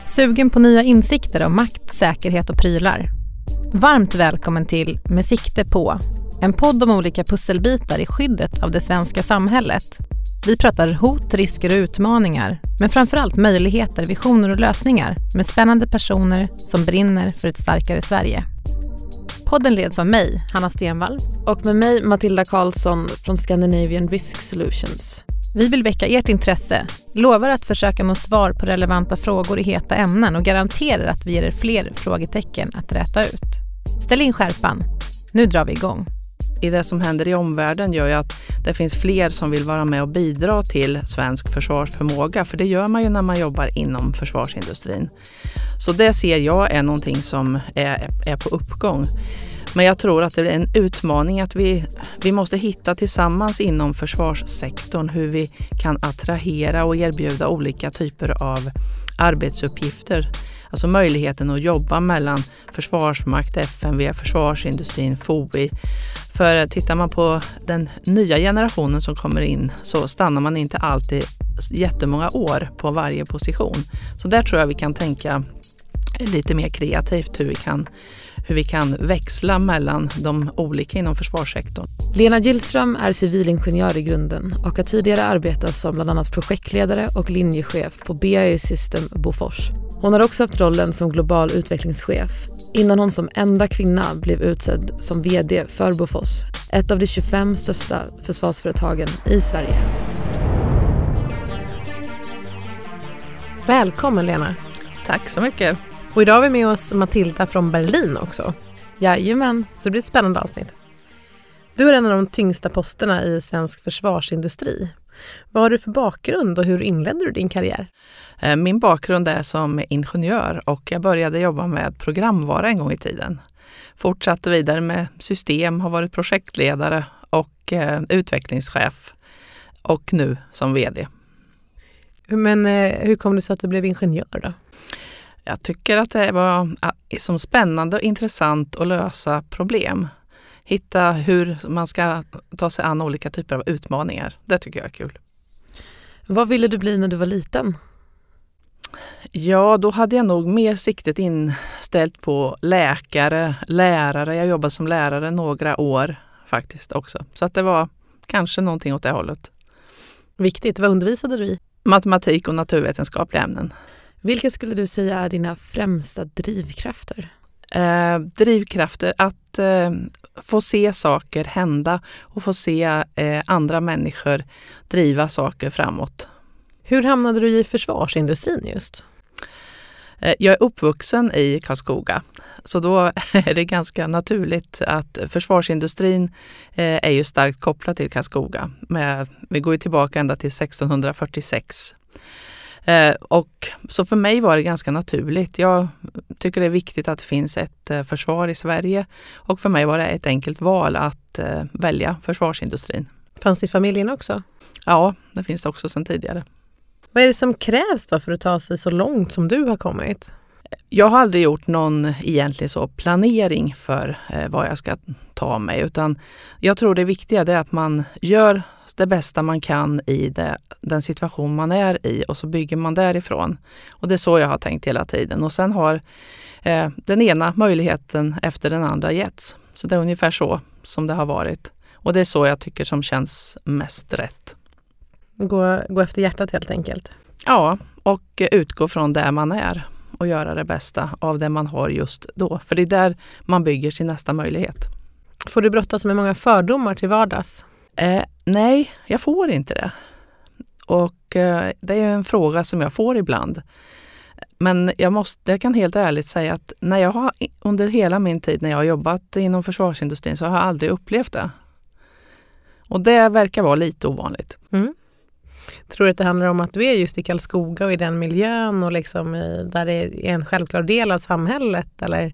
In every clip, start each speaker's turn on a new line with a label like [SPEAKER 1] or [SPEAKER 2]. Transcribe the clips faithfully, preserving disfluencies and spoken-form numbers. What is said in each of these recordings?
[SPEAKER 1] Sugen på nya insikter om makt, säkerhet och prylar? Varmt välkommen till Med sikte på, en podd om olika pusselbitar i skyddet av det svenska samhället. Vi pratar hot, risker och utmaningar, men framförallt möjligheter, visioner och lösningar med spännande personer som brinner för ett starkare Sverige. Podden leds av mig, Hanna Stenvall,
[SPEAKER 2] och med mig, Matilda Karlsson från Scandinavian Risk Solutions.
[SPEAKER 1] Vi vill väcka ert intresse, lovar att försöka nå svar på relevanta frågor i heta ämnen och garanterar att vi ger er fler frågetecken att räta ut. Ställ in skärpan, nu drar vi igång.
[SPEAKER 3] I det som händer i omvärlden gör ju att det finns fler som vill vara med och bidra till svensk försvarsförmåga. För det gör man ju när man jobbar inom försvarsindustrin. Så det ser jag är någonting som är, är på uppgång. Men jag tror att det är en utmaning att vi, vi måste hitta tillsammans inom försvarssektorn hur vi kan attrahera och erbjuda olika typer av arbetsuppgifter. Alltså möjligheten att jobba mellan Försvarsmakt, F M V, försvarsindustrin, F O I. För tittar man på den nya generationen som kommer in så stannar man inte alltid jättemånga år på varje position. Så där tror jag vi kan tänka lite mer kreativt hur vi kan, hur vi kan växla mellan de olika inom försvarssektorn.
[SPEAKER 2] Lena Gillström är civilingenjör i grunden och har tidigare arbetat som bland annat projektledare och linjechef på B A E System Bofors. Hon har också haft rollen som global utvecklingschef innan hon som enda kvinna blev utsedd som vd för Bofors, ett av de tjugofem största försvarsföretagen i Sverige.
[SPEAKER 1] Välkommen Lena.
[SPEAKER 3] Tack så mycket.
[SPEAKER 1] Och idag har vi med oss Matilda från Berlin också.
[SPEAKER 2] Jajamän.
[SPEAKER 1] Så det blir ett spännande avsnitt. Du är en av de tyngsta posterna i svensk försvarsindustri. Vad har du för bakgrund och hur inledde du din karriär?
[SPEAKER 3] Min bakgrund är som ingenjör och jag började jobba med programvara en gång i tiden. Fortsatte vidare med system, har varit projektledare och eh, utvecklingschef och nu som vd.
[SPEAKER 1] Men eh, hur kom det sig att du blev ingenjör då?
[SPEAKER 3] Jag tycker att det var som spännande och intressant att lösa problem. Hitta hur man ska ta sig an olika typer av utmaningar. Det tycker jag är kul.
[SPEAKER 2] Vad ville du bli när du var liten?
[SPEAKER 3] Ja, då hade jag nog mer siktet inställt på läkare, lärare. Jag jobbade som lärare några år faktiskt också. Så att det var kanske någonting åt det hållet.
[SPEAKER 1] Viktigt. Vad undervisade du i?
[SPEAKER 3] Matematik och naturvetenskapliga ämnen.
[SPEAKER 2] Vilka skulle du säga är dina främsta drivkrafter?
[SPEAKER 3] Eh, drivkrafter att eh, få se saker hända och få se eh, andra människor driva saker framåt.
[SPEAKER 1] Hur hamnade du i försvarsindustrin just?
[SPEAKER 3] Eh, jag är uppvuxen i Karlskoga, så då är det ganska naturligt att försvarsindustrin eh, är ju starkt kopplad till Karlskoga. Med, vi går ju tillbaka ända till sexton fyrtiosex. Eh, och så för mig var det ganska naturligt. Jag tycker det är viktigt att det finns ett eh, försvar i Sverige och för mig var det ett enkelt val att eh, välja försvarsindustrin.
[SPEAKER 1] Fanns det i familjen också?
[SPEAKER 3] Ja, det finns det också sedan tidigare.
[SPEAKER 1] Vad är det som krävs då för att ta sig så långt som du har kommit?
[SPEAKER 3] Jag har aldrig gjort någon egentlig så planering för eh, vad jag ska ta mig, utan jag tror det viktiga är att man gör det bästa man kan i det, den situation man är i och så bygger man därifrån. Och det är så jag har tänkt hela tiden. Och sen har eh, den ena möjligheten efter den andra getts. Så det är ungefär så som det har varit. Och det är så jag tycker som känns mest rätt.
[SPEAKER 1] Gå, gå efter hjärtat helt enkelt.
[SPEAKER 3] Ja, och utgå från där man är och göra det bästa av det man har just då. För det är där man bygger sin nästa möjlighet.
[SPEAKER 1] Får du brottas med många fördomar till vardags?
[SPEAKER 3] Eh, nej, jag får inte det. Och eh, det är en fråga som jag får ibland. Men jag, måste, jag kan helt ärligt säga att när jag har, under hela min tid när jag har jobbat inom försvarsindustrin så har jag aldrig upplevt det. Och det verkar vara lite ovanligt.
[SPEAKER 1] Mm. Tror du att det handlar om att du är just i Karlskoga och i den miljön och liksom i, där det är en självklar del av samhället eller?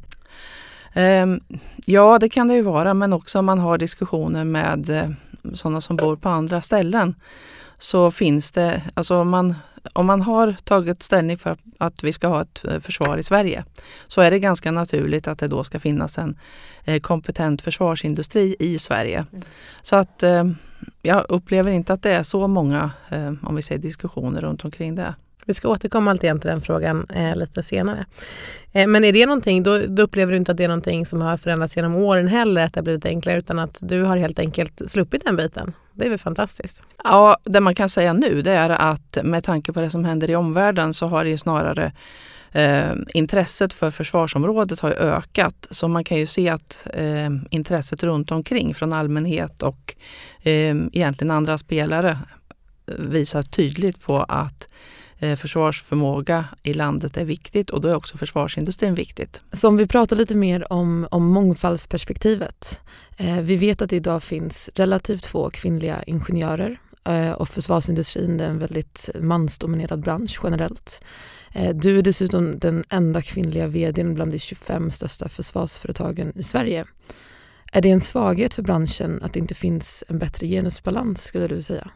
[SPEAKER 3] Um, ja, det kan det ju vara, men också om man har diskussioner med eh, sådana som bor på andra ställen så finns det, alltså om man, om man har tagit ställning för att vi ska ha ett försvar i Sverige så är det ganska naturligt att det då ska finnas en eh, kompetent försvarsindustri i Sverige. Mm. Så att eh, jag upplever inte att det är så många, eh, om vi säger diskussioner runt omkring det.
[SPEAKER 1] Vi ska återkomma alltid igen till den frågan eh, lite senare. Eh, men är det någonting, då, då upplever du inte att det är någonting som har förändrats genom åren heller, att det har blivit enklare, utan att du har helt enkelt sluppit den biten? Det är väl fantastiskt.
[SPEAKER 3] Ja, det man kan säga nu det är att med tanke på det som händer i omvärlden så har det ju snarare eh, intresset för försvarsområdet har ökat. Så man kan ju se att eh, intresset runt omkring från allmänhet och eh, egentligen andra spelare visar tydligt på att eh, försvarsförmåga i landet är viktigt, och då är också försvarsindustrin viktigt.
[SPEAKER 2] Så om vi pratar lite mer om, om mångfaldsperspektivet. Eh, vi vet att det idag finns relativt få kvinnliga ingenjörer eh, och försvarsindustrin är en väldigt mansdominerad bransch generellt. Eh, du är dessutom den enda kvinnliga vdn bland de tjugofem största försvarsföretagen i Sverige. Är det en svaghet för branschen att det inte finns en bättre genusbalans, skulle du säga?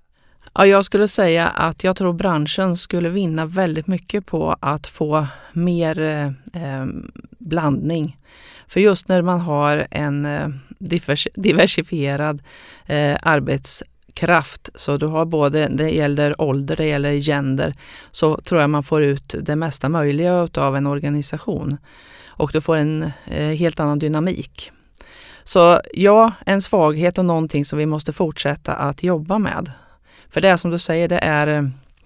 [SPEAKER 3] Ja, jag skulle säga att jag tror branschen skulle vinna väldigt mycket på att få mer eh, blandning. För just när man har en eh, divers, diversifierad eh, arbetskraft, så du har både, det gäller ålder, det gäller gender, så tror jag man får ut det mesta möjliga av en organisation. Och du får en eh, helt annan dynamik. Så ja, en svaghet och någonting som vi måste fortsätta att jobba med. För det är som du säger, det är,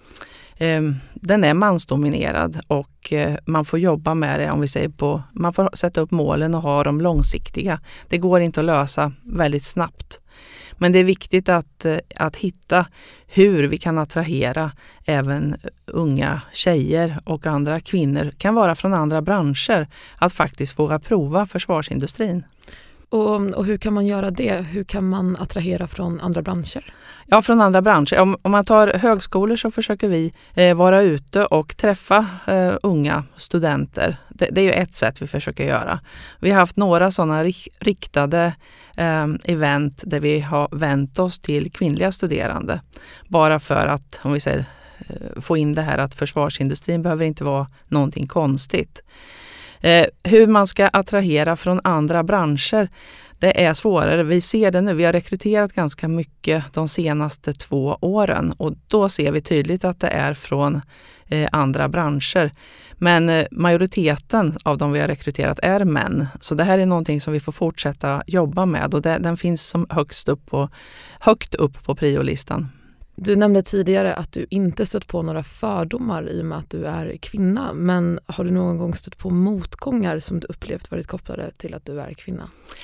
[SPEAKER 3] eh, den är mansdominerad och eh, man får jobba med det, om vi säger på, man får sätta upp målen och ha dem långsiktiga. Det går inte att lösa väldigt snabbt. Men det är viktigt att, att hitta hur vi kan attrahera även unga tjejer och andra kvinnor, kan vara från andra branscher, att faktiskt våga prova försvarsindustrin.
[SPEAKER 2] Och, och hur kan man göra det? Hur kan man attrahera från andra branscher?
[SPEAKER 3] Ja, från andra branscher. Om, om man tar högskolor så försöker vi eh, vara ute och träffa eh, unga studenter. Det, det är ju ett sätt vi försöker göra. Vi har haft några sådana rik, riktade eh, event där vi har vänt oss till kvinnliga studerande. Bara för att, om vi säger, eh, få in det här att försvarsindustrin behöver inte vara någonting konstigt. Eh, hur man ska attrahera från andra branscher, det är svårare. Vi ser det nu. Vi har rekryterat ganska mycket de senaste två åren och då ser vi tydligt att det är från eh, andra branscher. Men eh, majoriteten av de vi har rekryterat är män. Så det här är någonting som vi får fortsätta jobba med, och det, den finns som högst upp på, högt upp på priolistan.
[SPEAKER 2] Du nämnde tidigare att du inte stött på några fördomar i och med att du är kvinna. Men har du någon gång stött på motgångar som du upplevt varit kopplade till att du är kvinna?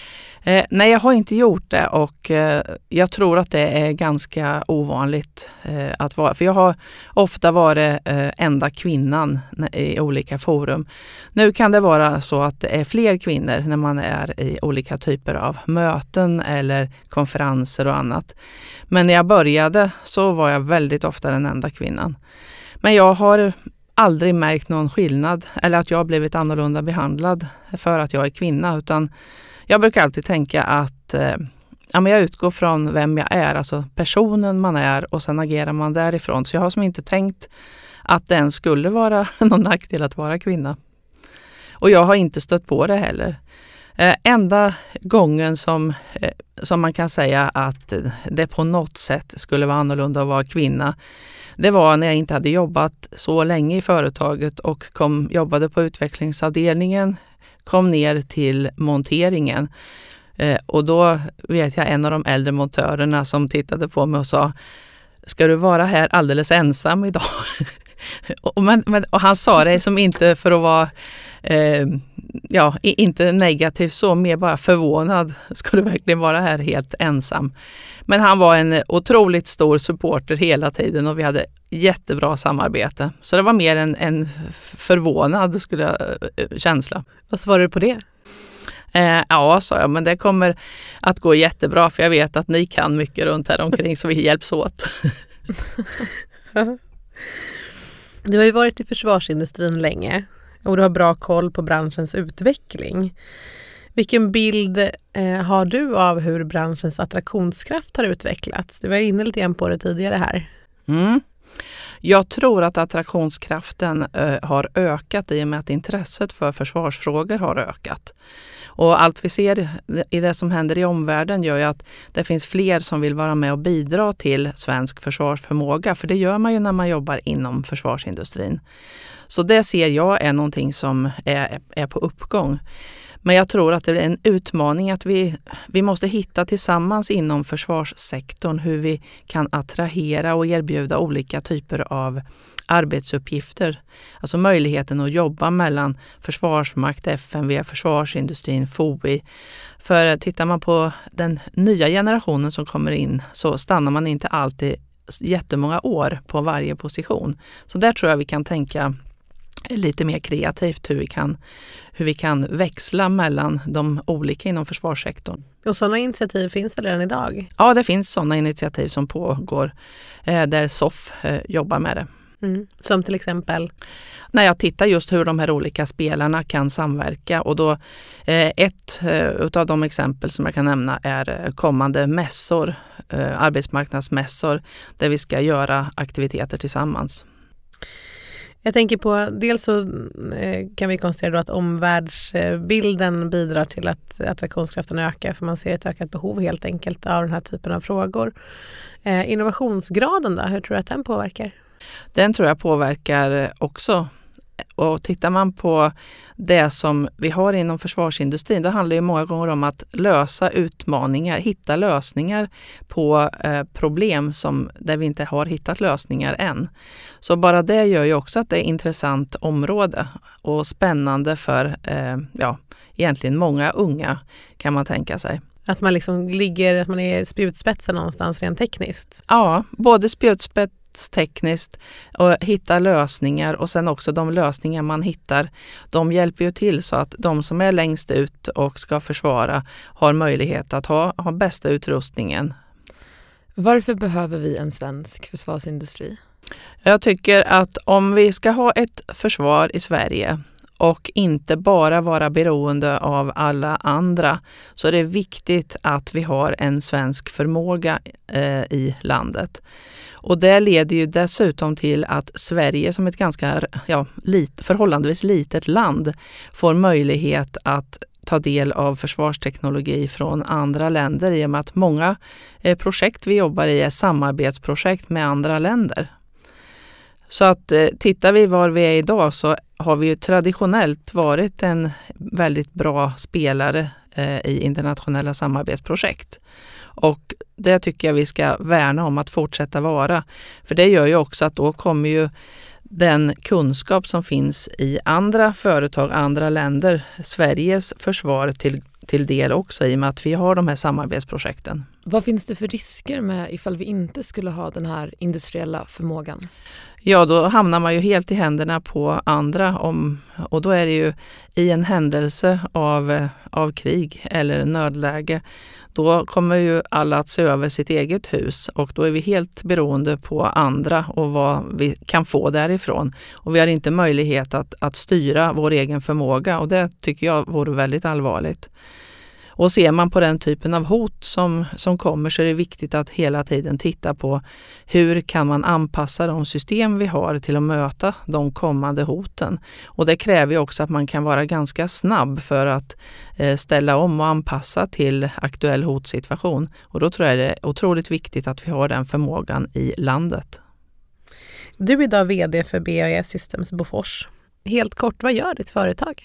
[SPEAKER 3] Eh, nej, jag har inte gjort det, och eh, jag tror att det är ganska ovanligt eh, att vara. För jag har ofta varit eh, enda kvinnan i olika forum. Nu kan det vara så att det är fler kvinnor när man är i olika typer av möten eller konferenser och annat. Men när jag började så var jag väldigt ofta den enda kvinnan. Men jag har aldrig märkt någon skillnad eller att jag har blivit annorlunda behandlad för att jag är kvinna, utan jag brukar alltid tänka att eh, ja, men jag utgår från vem jag är, alltså personen man är, och sen agerar man därifrån. Så jag har som inte tänkt att den skulle vara någon nackdel att vara kvinna. Och jag har inte stött på det heller. Eh, enda gången som, eh, som man kan säga att det på något sätt skulle vara annorlunda att vara kvinna, det var när jag inte hade jobbat så länge i företaget och kom, jobbade på utvecklingsavdelningen, kom ner till monteringen. Eh, och då vet jag en av de äldre montörerna som tittade på mig och sa: ska du vara här alldeles ensam idag? och, men, men, och han sa det som inte för att vara eh, ja, inte negativt så, mer bara förvånad. Ska du verkligen vara här helt ensam? Men han var en otroligt stor supporter hela tiden och vi hade jättebra samarbete. Så det var mer en, en förvånad skulle jag, känsla.
[SPEAKER 1] Vad svarade du på det?
[SPEAKER 3] Eh, ja, sa jag, men det kommer att gå jättebra för jag vet att ni kan mycket runt här omkring så vi hjälps åt.
[SPEAKER 1] Du har ju varit i försvarsindustrin länge och du har bra koll på branschens utveckling. Vilken bild eh, har du av hur branschens attraktionskraft har utvecklats? Du var inne lite grann på det tidigare här.
[SPEAKER 3] Mm. Jag tror att attraktionskraften eh, har ökat i och med att intresset för försvarsfrågor har ökat. Och allt vi ser i det som händer i omvärlden gör ju att det finns fler som vill vara med och bidra till svensk försvarsförmåga. För det gör man ju när man jobbar inom försvarsindustrin. Så det ser jag är någonting som är, är på uppgång. Men jag tror att det är en utmaning att vi, vi måste hitta tillsammans inom försvarssektorn hur vi kan attrahera och erbjuda olika typer av arbetsuppgifter. Alltså möjligheten att jobba mellan Försvarsmakt, F M V, försvarsindustrin, F O I. För tittar man på den nya generationen som kommer in så stannar man inte alltid jättemånga år på varje position. Så där tror jag vi kan tänka lite mer kreativt hur vi kan, hur vi kan växla mellan de olika inom försvarssektorn.
[SPEAKER 1] Och sådana initiativ finns väl redan idag?
[SPEAKER 3] Ja, det finns sådana initiativ som pågår eh, där S O F eh, jobbar med det.
[SPEAKER 1] Mm. Som till exempel?
[SPEAKER 3] När jag tittar just hur de här olika spelarna kan samverka och då eh, ett eh, av de exempel som jag kan nämna är kommande mässor, eh, arbetsmarknadsmässor där vi ska göra aktiviteter tillsammans.
[SPEAKER 1] Jag tänker på, dels så eh, kan vi konstatera då att omvärldsbilden bidrar till att attraktionskraften ökar för man ser ett ökat behov helt enkelt av den här typen av frågor. Eh, innovationsgraden då, hur tror du att den påverkar?
[SPEAKER 3] Den tror jag påverkar också. Och tittar man på det som vi har inom försvarsindustrin, då handlar det många gånger om att lösa utmaningar, hitta lösningar på eh, problem som, där vi inte har hittat lösningar än. Så bara det gör ju också att det är ett intressant område och spännande för eh, ja, egentligen många unga kan man tänka sig.
[SPEAKER 1] Att man liksom ligger, att man är spjutspetsen någonstans rent tekniskt?
[SPEAKER 3] Ja, både spjutspets tekniskt och hitta lösningar och sen också de lösningar man hittar, de hjälper ju till så att de som är längst ut och ska försvara har möjlighet att ha, ha bästa utrustningen.
[SPEAKER 2] Varför behöver vi en svensk försvarsindustri?
[SPEAKER 3] Jag tycker att om vi ska ha ett försvar i Sverige och inte bara vara beroende av alla andra så är det viktigt att vi har en svensk förmåga eh, i landet. Och det leder ju dessutom till att Sverige som ett ganska ja, lit, förhållandevis litet land får möjlighet att ta del av försvarsteknologi från andra länder i och med att många eh, projekt vi jobbar i är samarbetsprojekt med andra länder. Så att eh, tittar vi var vi är idag så har vi ju traditionellt varit en väldigt bra spelare eh, i internationella samarbetsprojekt. Och det tycker jag vi ska värna om att fortsätta vara. För det gör ju också att då kommer ju den kunskap som finns i andra företag, andra länder, Sveriges försvar till, till del också i och med att vi har de här samarbetsprojekten.
[SPEAKER 2] Vad finns det för risker med ifall vi inte skulle ha den här industriella förmågan?
[SPEAKER 3] Ja, då hamnar man ju helt i händerna på andra om, och då är det ju i en händelse av, av krig eller nödläge. Då kommer ju alla att se över sitt eget hus och då är vi helt beroende på andra och vad vi kan få därifrån. Och vi har inte möjlighet att, att styra vår egen förmåga och det tycker jag vore väldigt allvarligt. Och ser man på den typen av hot som, som kommer så är det viktigt att hela tiden titta på hur kan man anpassa de system vi har till att möta de kommande hoten. Och det kräver ju också att man kan vara ganska snabb för att eh, ställa om och anpassa till aktuell hotsituation. Och då tror jag det är otroligt viktigt att vi har den förmågan i landet.
[SPEAKER 1] Du är idag vd för B A E Systems Bofors. Helt kort, vad gör ditt företag?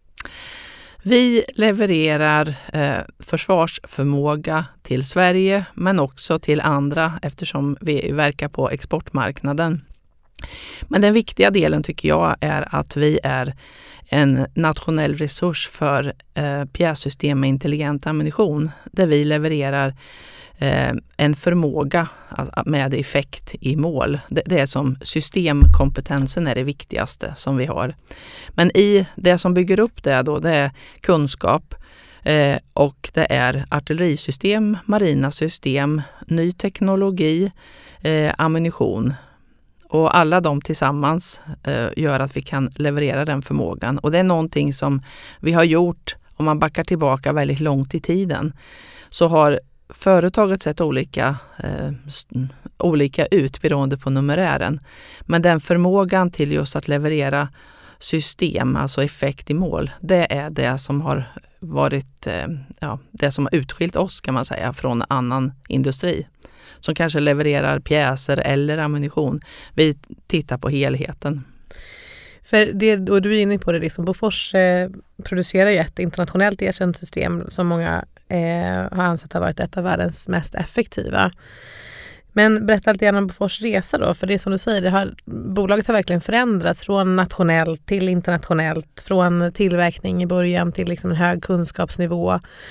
[SPEAKER 3] Vi levererar eh, försvarsförmåga till Sverige men också till andra eftersom vi verkar på exportmarknaden. Men den viktiga delen tycker jag är att vi är en nationell resurs för eh, pjässystem med intelligent ammunition där vi levererar eh, en förmåga med effekt i mål. Det, det är som systemkompetensen är det viktigaste som vi har. Men i det som bygger upp det då, det är kunskap eh, och det är artillerisystem, marina system, ny teknologi, eh, ammunition. Och alla de tillsammans eh, gör att vi kan leverera den förmågan. Och det är någonting som vi har gjort, om man backar tillbaka väldigt långt i tiden, så har företaget sett olika, eh, olika ut beroende på numerären. Men den förmågan till just att leverera system, alltså effekt i mål, det är det som har varit eh, ja, det som har utskilt oss kan man säga från annan industri. Som kanske levererar pjäser eller ammunition. Vi tittar på helheten.
[SPEAKER 1] För det, och du är inne på det, liksom Bofors eh, producerar ju ett internationellt erkänt system som många eh, har ansett har varit ett av världens mest effektiva. Men berätta lite grann om Bofors resa då, för det är som du säger, det har, bolaget har verkligen förändrats från nationellt till internationellt, från tillverkning i början till liksom en hög kunskapsnivå,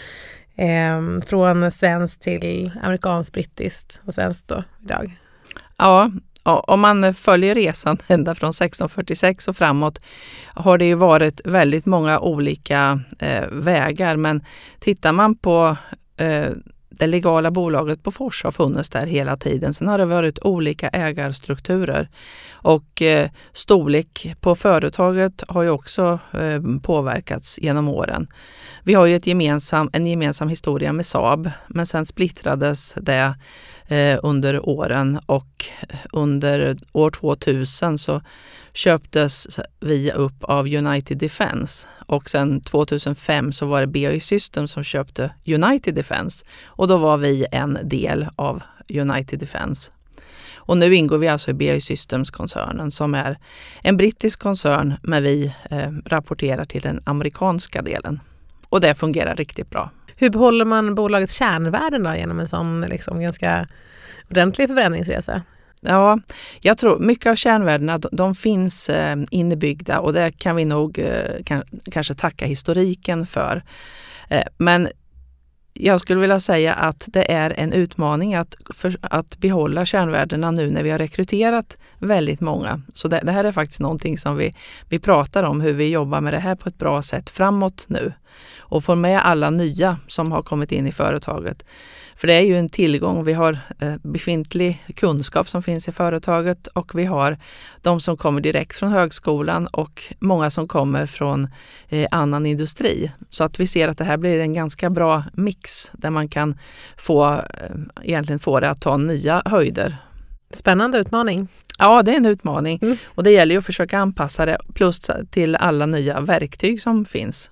[SPEAKER 1] eh, från svenskt till amerikanskt, brittiskt och svenskt då idag.
[SPEAKER 3] Ja, om man följer resan ända från sexton fyrtiosex och framåt har det ju varit väldigt många olika eh, vägar, men tittar man på eh, det legala bolaget Bofors har funnits där hela tiden. Sen har det varit olika ägarstrukturer och eh, storlek på företaget har ju också eh, påverkats genom åren. Vi har ju ett gemensam, en gemensam historia med Saab, men sen splittrades det eh, under åren och under år tvåtusen så köptes vi upp av United Defense och sen tvåtusenfem så var det B A E Systems som köpte United Defense och då var vi en del av United Defense. Och nu ingår vi alltså i B A E Systems-koncernen som är en brittisk koncern, men vi eh, rapporterar till den amerikanska delen. Och det fungerar riktigt bra.
[SPEAKER 1] Hur behåller man bolagets kärnvärden då genom en sån liksom ganska ordentlig förändringsresa?
[SPEAKER 3] Ja, jag tror mycket av kärnvärdena de, de finns eh, inbyggda och det kan vi nog eh, kan, kanske tacka historiken för. Eh, men jag skulle vilja säga att det är en utmaning att, för, att behålla kärnvärdena nu när vi har rekryterat väldigt många. Så det, det här är faktiskt någonting som vi, vi pratar om, hur vi jobbar med det här på ett bra sätt framåt nu. Och får med alla nya som har kommit in i företaget. För det är ju en tillgång. Vi har eh, befintlig kunskap som finns i företaget och vi har de som kommer direkt från högskolan och många som kommer från eh, annan industri. Så att vi ser att det här blir en ganska bra mix där man kan få, eh, egentligen få det att ta nya höjder.
[SPEAKER 1] Spännande utmaning.
[SPEAKER 3] Ja, det är en utmaning.
[SPEAKER 1] Mm.
[SPEAKER 3] Och det gäller ju att försöka anpassa det plus till alla nya verktyg som finns.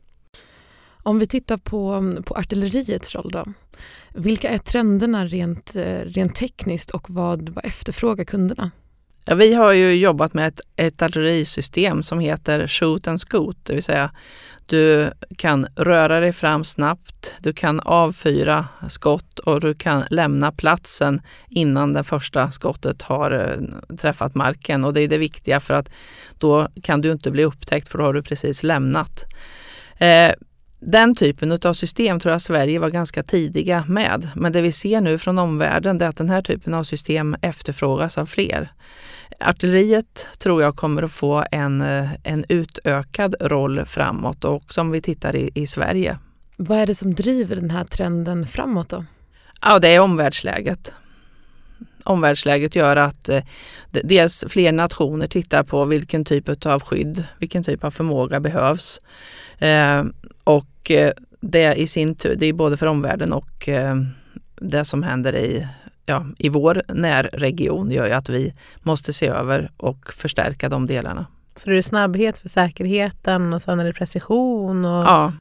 [SPEAKER 2] Om vi tittar på, på artilleriets roll då. Vilka är trenderna rent, rent tekniskt och vad, vad efterfrågar kunderna?
[SPEAKER 3] Ja, vi har ju jobbat med ett, ett artillerisystem som heter shoot and scoot, det vill säga du kan röra dig fram snabbt, du kan avfyra skott och du kan lämna platsen innan det första skottet har träffat marken. Och det är det viktiga för att då kan du inte bli upptäckt för då har du precis lämnat. Eh, Den typen av system tror jag Sverige var ganska tidiga med. Men det vi ser nu från omvärlden är att den här typen av system efterfrågas av fler. Artilleriet tror jag kommer att få en, en utökad roll framåt och som vi tittar i, i Sverige.
[SPEAKER 2] Vad är det som driver den här trenden framåt då?
[SPEAKER 3] Ja, det är omvärldsläget. Omvärldsläget gör att eh, dels fler nationer tittar på vilken typ av skydd, vilken typ av förmåga behövs. Eh, och eh, det i sin tur, det är både för omvärlden och eh, det som händer i, ja, i vår närregion gör ju att vi måste se över och förstärka de delarna.
[SPEAKER 1] Så det är snabbhet för säkerheten och sen är det precision? Och...
[SPEAKER 3] Ja,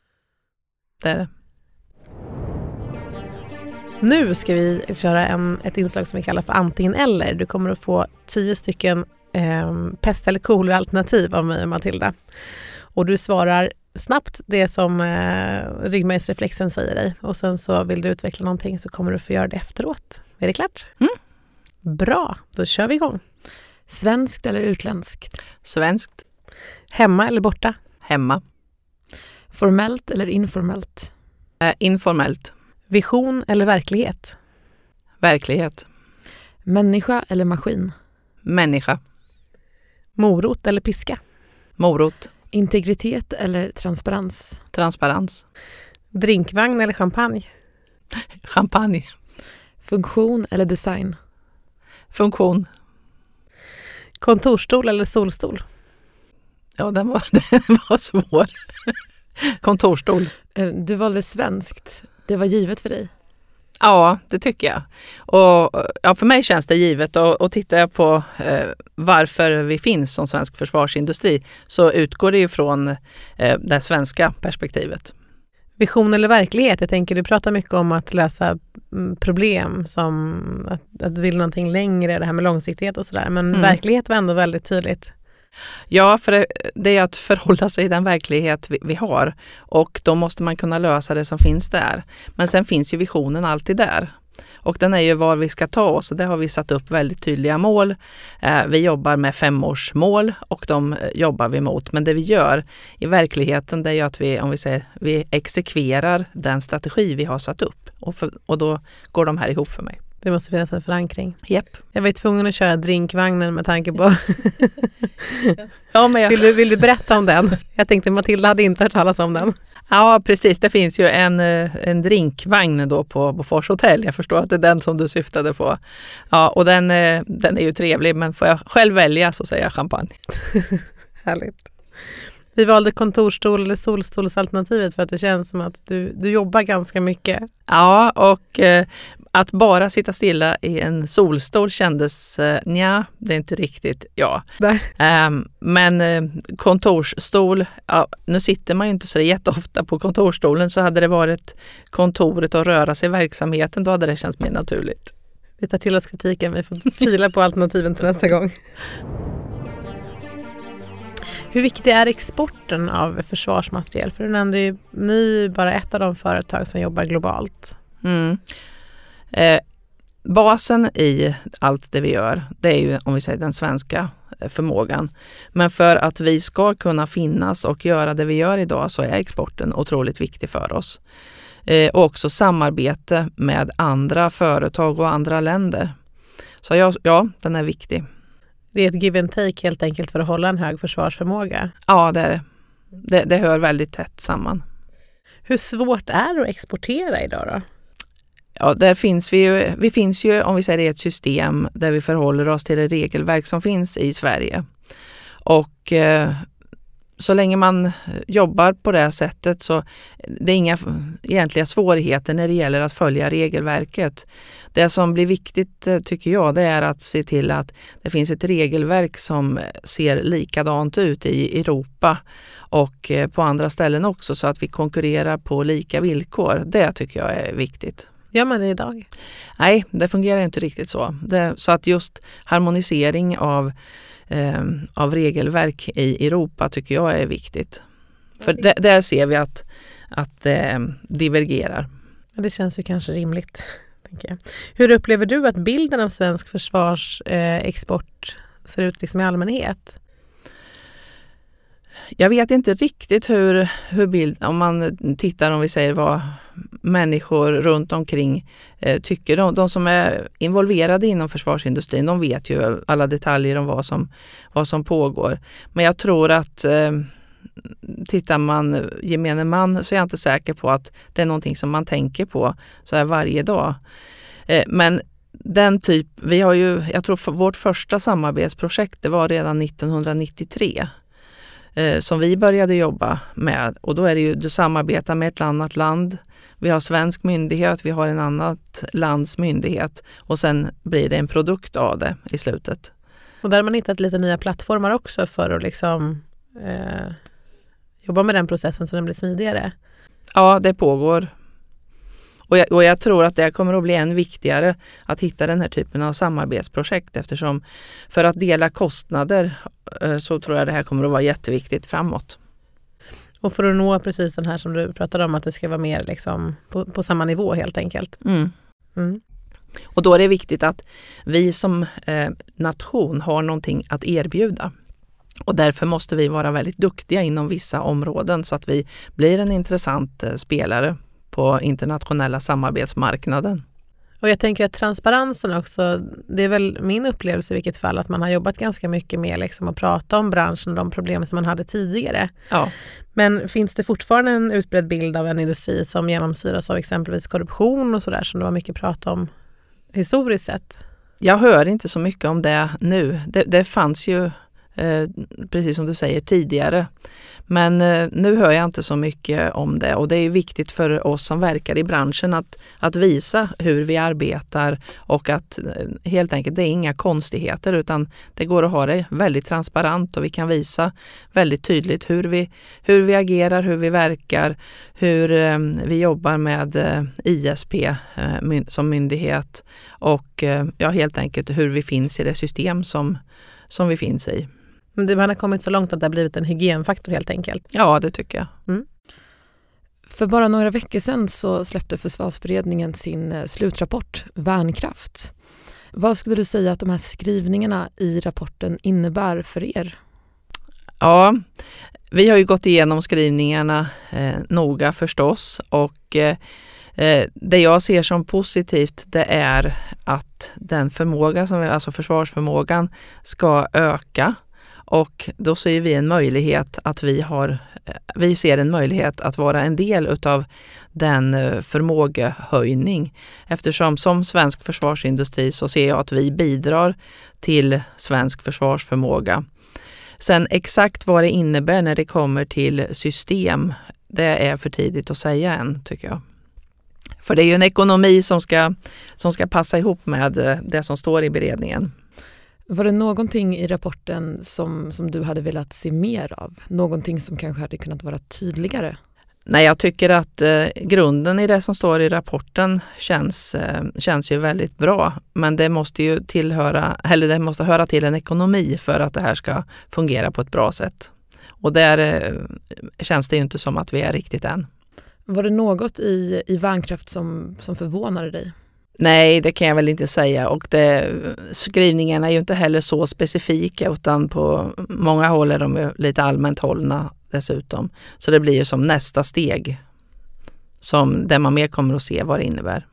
[SPEAKER 3] det är det.
[SPEAKER 1] Nu ska vi köra en, ett inslag som vi kallar för antingen eller. Du kommer att få tio stycken eh, pest eller kolera alternativ av mig och Matilda. Och du svarar snabbt det som eh, ryggmärgsreflexen säger dig. Och sen så vill du utveckla någonting så kommer du få göra det efteråt. Är det klart?
[SPEAKER 3] Mm.
[SPEAKER 1] Bra, då kör vi igång.
[SPEAKER 2] Svenskt eller utländskt?
[SPEAKER 3] Svenskt.
[SPEAKER 1] Hemma eller borta?
[SPEAKER 3] Hemma.
[SPEAKER 2] Formellt eller informellt?
[SPEAKER 3] Eh, informellt.
[SPEAKER 1] Vision eller verklighet?
[SPEAKER 3] Verklighet.
[SPEAKER 2] Människa eller maskin?
[SPEAKER 3] Människa.
[SPEAKER 1] Morot eller piska?
[SPEAKER 3] Morot.
[SPEAKER 2] Integritet eller transparens?
[SPEAKER 3] Transparens.
[SPEAKER 1] Drinkvagn eller champagne?
[SPEAKER 3] Champagne.
[SPEAKER 2] Funktion eller design?
[SPEAKER 3] Funktion.
[SPEAKER 1] Kontorstol eller solstol?
[SPEAKER 3] Ja, den var, den var svår. Kontorstol.
[SPEAKER 2] Du valde svenskt. Det var givet för dig.
[SPEAKER 3] Ja, det tycker jag. Och ja, för mig känns det givet. Och, och tittar jag på eh, varför vi finns som svensk försvarsindustri så utgår det ju från eh, det svenska perspektivet.
[SPEAKER 1] Vision eller verklighet? Jag tänker du pratar mycket om att lösa problem som att, att vill någonting längre, det här med långsiktighet och sådär. Men mm. verklighet var ändå väldigt tydligt.
[SPEAKER 3] Ja, för det, det är att förhålla sig i den verklighet vi, vi har och då måste man kunna lösa det som finns där. Men sen finns ju visionen alltid där och den är ju var vi ska ta oss och det har vi satt upp väldigt tydliga mål. Eh, vi jobbar med femårsmål och de jobbar vi mot, men det vi gör i verkligheten det är ju att vi, om vi säger, vi exekverar den strategi vi har satt upp och, för, och då går de här ihop för mig.
[SPEAKER 1] Det måste finnas en förankring.
[SPEAKER 3] Yep.
[SPEAKER 1] Jag var tvungen att köra drinkvagnen med tanke på...
[SPEAKER 3] ja, men jag...
[SPEAKER 1] vill, du, vill du berätta om den? Jag tänkte Matilda hade inte hört talas om den.
[SPEAKER 3] Ja, precis. Det finns ju en, en drinkvagn då på Bofors hotell. Jag förstår att det är den som du syftade på. Ja, och den, den är ju trevlig, men får jag själv välja så säger jag champagne.
[SPEAKER 1] Härligt. Vi valde kontorstol eller solstolsalternativet för att det känns som att du, du jobbar ganska mycket.
[SPEAKER 3] Ja, och eh, att bara sitta stilla i en solstol kändes, eh, nja, det är inte riktigt, ja. Eh, men eh, kontorsstol, ja, nu sitter man ju inte så jätteofta på kontorsstolen, så hade det varit kontoret och röra sig i verksamheten, då hade det känts mer naturligt.
[SPEAKER 1] Vi tar till oss kritiken, vi får fila på alternativen till nästa gång. Hur viktig är exporten av försvarsmateriel? För du nämnde ju, ni är bara ett av de företag som jobbar globalt.
[SPEAKER 3] Mm. Eh, basen i allt det vi gör, det är ju om vi säger den svenska förmågan. Men för att vi ska kunna finnas och göra det vi gör idag så är exporten otroligt viktig för oss. Eh, och också samarbete med andra företag och andra länder. Så ja, ja, den är viktig.
[SPEAKER 1] Det är ett give and take helt enkelt för att hålla en hög försvarsförmåga.
[SPEAKER 3] Ja, det är det. Det, det hör väldigt tätt samman.
[SPEAKER 1] Hur svårt är det att exportera idag då?
[SPEAKER 3] Ja, där finns vi ju, vi finns ju, om vi säger det, ett system där vi förhåller oss till det regelverk som finns i Sverige. Och eh, så länge man jobbar på det sättet så det är inga egentliga svårigheter när det gäller att följa regelverket. Det som blir viktigt tycker jag, det är att se till att det finns ett regelverk som ser likadant ut i Europa och på andra ställen också, så att vi konkurrerar på lika villkor. Det tycker jag är viktigt.
[SPEAKER 1] Gör man det idag?
[SPEAKER 3] Nej, det fungerar inte riktigt så. Det, så att just harmonisering av Eh, av regelverk i Europa tycker jag är viktigt. För d- där ser vi att, att det eh, divergerar.
[SPEAKER 1] Ja, det känns ju kanske rimligt, tänker jag. Hur upplever du att bilden av svensk försvarsexport eh, ser ut liksom i allmänhet?
[SPEAKER 3] Jag vet inte riktigt hur, hur bild, om man tittar, om vi säger vad människor runt omkring eh, tycker. De, de som är involverade inom försvarsindustrin, de vet ju alla detaljer om vad som, vad som pågår. Men jag tror att eh, tittar man gemene man så är jag inte säker på att det är någonting som man tänker på så här varje dag. Eh, men den typ, vi har ju, jag tror för vårt första samarbetsprojekt det var redan nittonhundranittiotre. Eh, som vi började jobba med, och då är det ju du samarbetar med ett annat land, vi har svensk myndighet, vi har en annat lands myndighet och sen blir det en produkt av det i slutet.
[SPEAKER 1] Och där har man hittat lite nya plattformar också för att liksom eh, jobba med den processen så den blir smidigare.
[SPEAKER 3] Ja, det pågår. Och jag, och jag tror att det kommer att bli än viktigare att hitta den här typen av samarbetsprojekt, eftersom för att dela kostnader så tror jag det här kommer att vara jätteviktigt framåt.
[SPEAKER 1] Och för att nå precis den här som du pratade om, att det ska vara mer liksom på, på samma nivå helt enkelt.
[SPEAKER 3] Mm.
[SPEAKER 1] Mm.
[SPEAKER 3] Och då är det viktigt att vi som eh, nation har någonting att erbjuda. Och därför måste vi vara väldigt duktiga inom vissa områden så att vi blir en intressant eh, spelare på internationella samarbetsmarknaden.
[SPEAKER 1] Och jag tänker att transparensen också, det är väl min upplevelse i vilket fall att man har jobbat ganska mycket med liksom att prata om branschen och de problem som man hade tidigare.
[SPEAKER 3] Ja.
[SPEAKER 1] Men finns det fortfarande en utbredd bild av en industri som genomsyras av exempelvis korruption och sådär som det var mycket prat om historiskt sett?
[SPEAKER 3] Jag hör inte så mycket om det nu. Det, det fanns ju eh, precis som du säger tidigare. Men eh, nu hör jag inte så mycket om det, och det är viktigt för oss som verkar i branschen att, att visa hur vi arbetar, och att eh, helt enkelt det är inga konstigheter, utan det går att ha det väldigt transparent, och vi kan visa väldigt tydligt hur vi, hur vi agerar, hur vi verkar, hur eh, vi jobbar med eh, I S P eh, my- som myndighet, och eh, ja, helt enkelt hur vi finns i det system som, som vi finns i.
[SPEAKER 1] Men det, man har kommit så långt att det har blivit en hygienfaktor helt enkelt.
[SPEAKER 3] Ja, det tycker jag.
[SPEAKER 1] Mm.
[SPEAKER 2] För bara några veckor sedan så släppte Försvarsberedningen sin slutrapport Värnkraft. Vad skulle du säga att de här skrivningarna i rapporten innebär för er?
[SPEAKER 3] Ja, vi har ju gått igenom skrivningarna eh, noga förstås, och eh, det jag ser som positivt, det är att den förmåga, som alltså försvarsförmågan, ska öka. Och då ser vi en möjlighet att vi har, vi ser en möjlighet att vara en del utav den förmågehöjning. Eftersom som svensk försvarsindustri så ser jag att vi bidrar till svensk försvarsförmåga. Sen exakt vad det innebär när det kommer till system, det är för tidigt att säga än, tycker jag. För det är ju en ekonomi som ska, som ska passa ihop med det som står i beredningen.
[SPEAKER 2] Var det någonting i rapporten som, som du hade velat se mer av? Någonting som kanske hade kunnat vara tydligare?
[SPEAKER 3] Nej, jag tycker att eh, grunden i det som står i rapporten känns, eh, känns ju väldigt bra. Men det måste ju tillhöra, eller det måste höra till en ekonomi för att det här ska fungera på ett bra sätt. Och där eh, känns det ju inte som att vi är riktigt än.
[SPEAKER 2] Var det något i, i Värnkraft som, som förvånade dig?
[SPEAKER 3] Nej, det kan jag väl inte säga, och det, skrivningarna är ju inte heller så specifika, utan på många håll är de lite allmänt hållna dessutom. Så det blir ju som nästa steg, som där man mer kommer att se vad det innebär.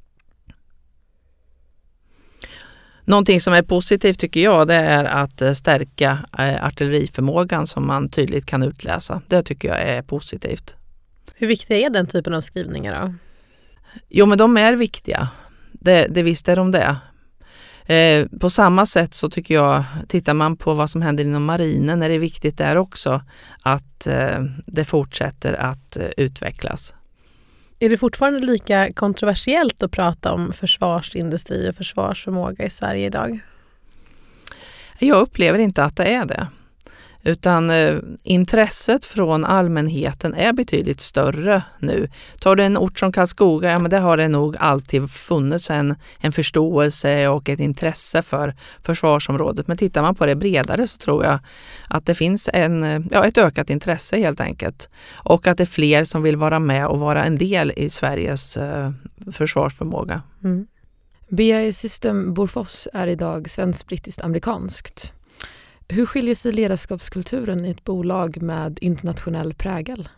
[SPEAKER 3] Någonting som är positivt tycker jag, det är att stärka artilleriförmågan som man tydligt kan utläsa. Det tycker jag är positivt.
[SPEAKER 1] Hur viktig är den typen av skrivningar då?
[SPEAKER 3] Jo, men de är viktiga. Det, det visst är de det. Eh, på samma sätt så tycker jag, tittar man på vad som händer inom marinen, är det viktigt där också att eh, det fortsätter att eh, utvecklas.
[SPEAKER 1] Är det fortfarande lika kontroversiellt att prata om försvarsindustri och försvarsförmåga i Sverige idag?
[SPEAKER 3] Jag upplever inte att det är det. Utan eh, intresset från allmänheten är betydligt större nu. Tar du en ort som Karlskoga, ja men det har det nog alltid funnits en, en förståelse och ett intresse för försvarsområdet. Men tittar man på det bredare så tror jag att det finns en, ja, ett ökat intresse helt enkelt. Och att det är fler som vill vara med och vara en del i Sveriges eh, försvarsförmåga.
[SPEAKER 2] Mm. B A E System Bofors är idag svensk-brittiskt-amerikanskt. Hur skiljer sig ledarskapskulturen i ett bolag med internationell prägel?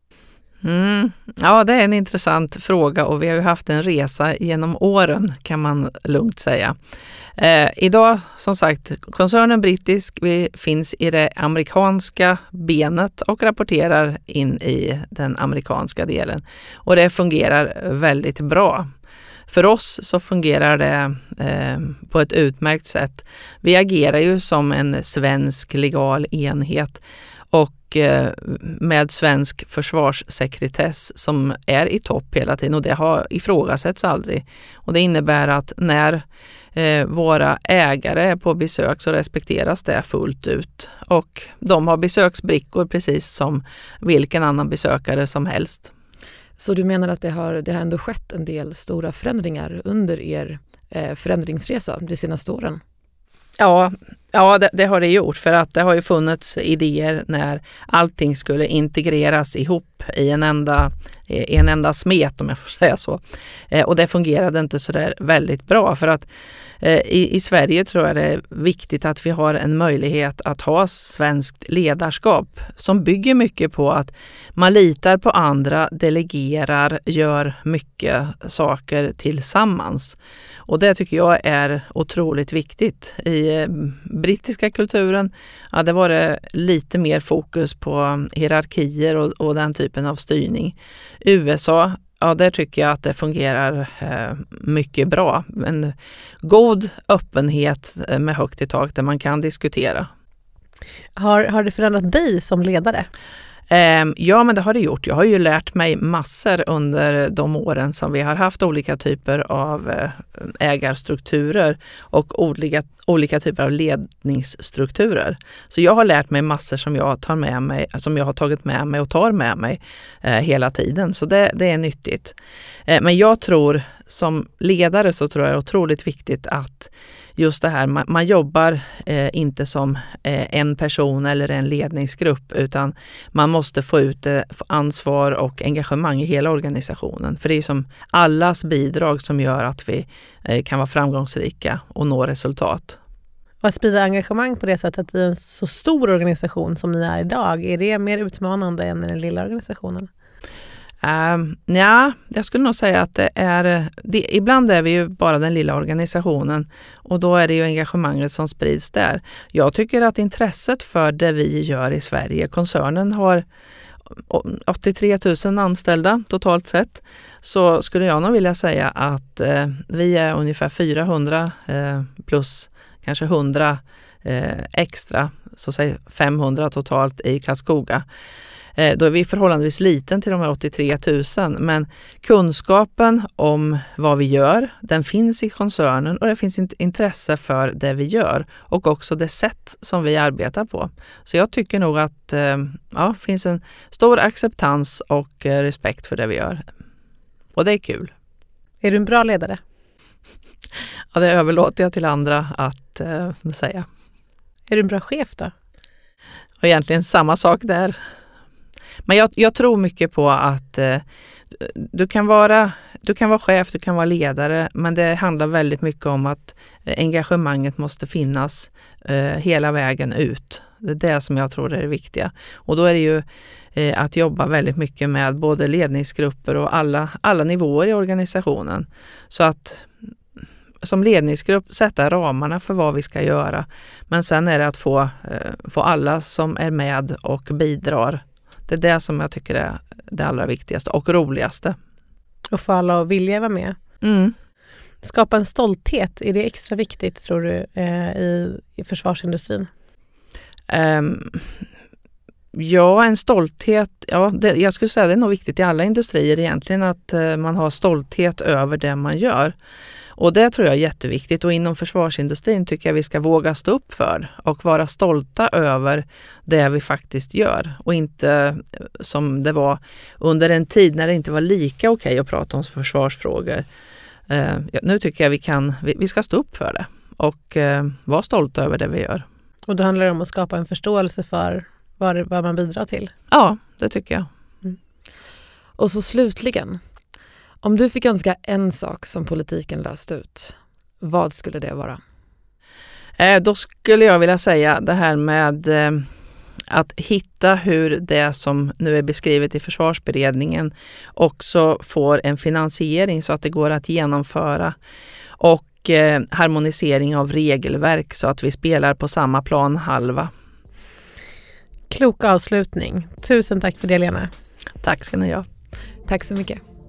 [SPEAKER 3] Mm. Ja, det är en intressant fråga, och vi har ju haft en resa genom åren, kan man lugnt säga. Eh, idag, som sagt, koncernen brittisk, vi finns i det amerikanska benet och rapporterar in i den amerikanska delen. Och det fungerar väldigt bra. För oss så fungerar det eh, på ett utmärkt sätt. Vi agerar ju som en svensk legal enhet, och eh, med svensk försvarssekretess som är i topp hela tiden, och det har ifrågasätts aldrig. Och det innebär att när eh, våra ägare är på besök så respekteras det fullt ut. Och de har besöksbrickor precis som vilken annan besökare som helst.
[SPEAKER 2] Så du menar att det har, det har ändå skett en del stora förändringar under er eh, förändringsresa de senaste åren?
[SPEAKER 3] Ja, ja det, det har det gjort, för att det har ju funnits idéer när allting skulle integreras ihop i en enda, i en enda smet, om jag får säga så. Eh, och det fungerade inte så där väldigt bra, för att eh, i, i Sverige tror jag det är viktigt att vi har en möjlighet att ha svenskt ledarskap som bygger mycket på att man litar på andra, delegerar, gör mycket saker tillsammans. Och det tycker jag är otroligt viktigt. I brittiska kulturen, ja, det var det lite mer fokus på hierarkier och, och den typen av styrning. U S A, ja, där tycker jag att det fungerar eh, mycket bra. En god öppenhet med högt i tak där man kan diskutera.
[SPEAKER 1] Har, har det förändrat dig som ledare?
[SPEAKER 3] Ja, men det har det gjort. Jag har ju lärt mig massor under de åren som vi har haft olika typer av ägarstrukturer och olika, olika typer av ledningsstrukturer. Så jag har lärt mig massor som jag tar med mig, som jag har tagit med mig och tar med mig eh, hela tiden. Så det, det är nyttigt. Eh, men jag tror som ledare så tror jag det är otroligt viktigt att just det här, man, man jobbar eh, inte som eh, en person eller en ledningsgrupp, utan man måste få ut eh, ansvar och engagemang i hela organisationen. För det är som allas bidrag som gör att vi eh, kan vara framgångsrika och nå resultat.
[SPEAKER 1] Och att sprida engagemang på det sättet i en så stor organisation som ni är idag, är det mer utmanande än i den lilla organisationen?
[SPEAKER 3] Um, ja, jag skulle nog säga att det är, det, ibland är vi ju bara den lilla organisationen och då är det ju engagemanget som sprids där. Jag tycker att intresset för det vi gör i Sverige, koncernen har åttiotre tusen anställda totalt sett, så skulle jag nog vilja säga att eh, vi är ungefär fyrahundra eh, plus kanske hundra eh, extra, så säg femhundra totalt i Karlskoga. Då är vi förhållandevis liten till de här åttiotre tusen, men kunskapen om vad vi gör, den finns i koncernen och det finns intresse för det vi gör och också det sätt som vi arbetar på. Så jag tycker nog att ja, det finns en stor acceptans och respekt för det vi gör. Och det är kul.
[SPEAKER 1] Är du en bra ledare?
[SPEAKER 3] Ja, det överlåter jag till andra att äh, säga.
[SPEAKER 1] Är du en bra chef då?
[SPEAKER 3] Och egentligen samma sak där. Men jag, jag tror mycket på att eh, du, kan vara, du kan vara chef, du kan vara ledare, men det handlar väldigt mycket om att eh, engagemanget måste finnas eh, hela vägen ut. Det är det som jag tror är det viktiga. Och då är det ju eh, att jobba väldigt mycket med både ledningsgrupper och alla, alla nivåer i organisationen. Så att som ledningsgrupp sätta ramarna för vad vi ska göra. Men sen är det att få, eh, få alla som är med och bidrar. Det är det som jag tycker är det allra viktigaste och roligaste.
[SPEAKER 1] Och få alla att vilja vara med.
[SPEAKER 3] Mm.
[SPEAKER 1] Skapa en stolthet, är det extra viktigt tror du eh, i, i försvarsindustrin?
[SPEAKER 3] Um, ja, en stolthet. Ja, det, jag skulle säga att det är nog viktigt i alla industrier egentligen att uh, man har stolthet över det man gör. Och det tror jag är jätteviktigt, och inom försvarsindustrin tycker jag vi ska våga stå upp för och vara stolta över det vi faktiskt gör. Och inte som det var under en tid när det inte var lika okej att prata om försvarsfrågor. Eh, nu tycker jag vi kan, vi, vi ska stå upp för det och eh, vara stolta över det vi gör.
[SPEAKER 1] Och då handlar det om att skapa en förståelse för vad, vad man bidrar till?
[SPEAKER 3] Ja, det tycker jag.
[SPEAKER 2] Mm. Och så slutligen. Om du fick önska en sak som politiken löst ut, vad skulle det vara?
[SPEAKER 3] Eh, då skulle jag vilja säga det här med eh, att hitta hur det som nu är beskrivet i försvarsberedningen också får en finansiering så att det går att genomföra, och eh, harmonisering av regelverk så att vi spelar på samma planhalva.
[SPEAKER 1] Klok avslutning. Tusen tack för det, Lena.
[SPEAKER 3] Tack ska ni ha.
[SPEAKER 2] Tack så mycket.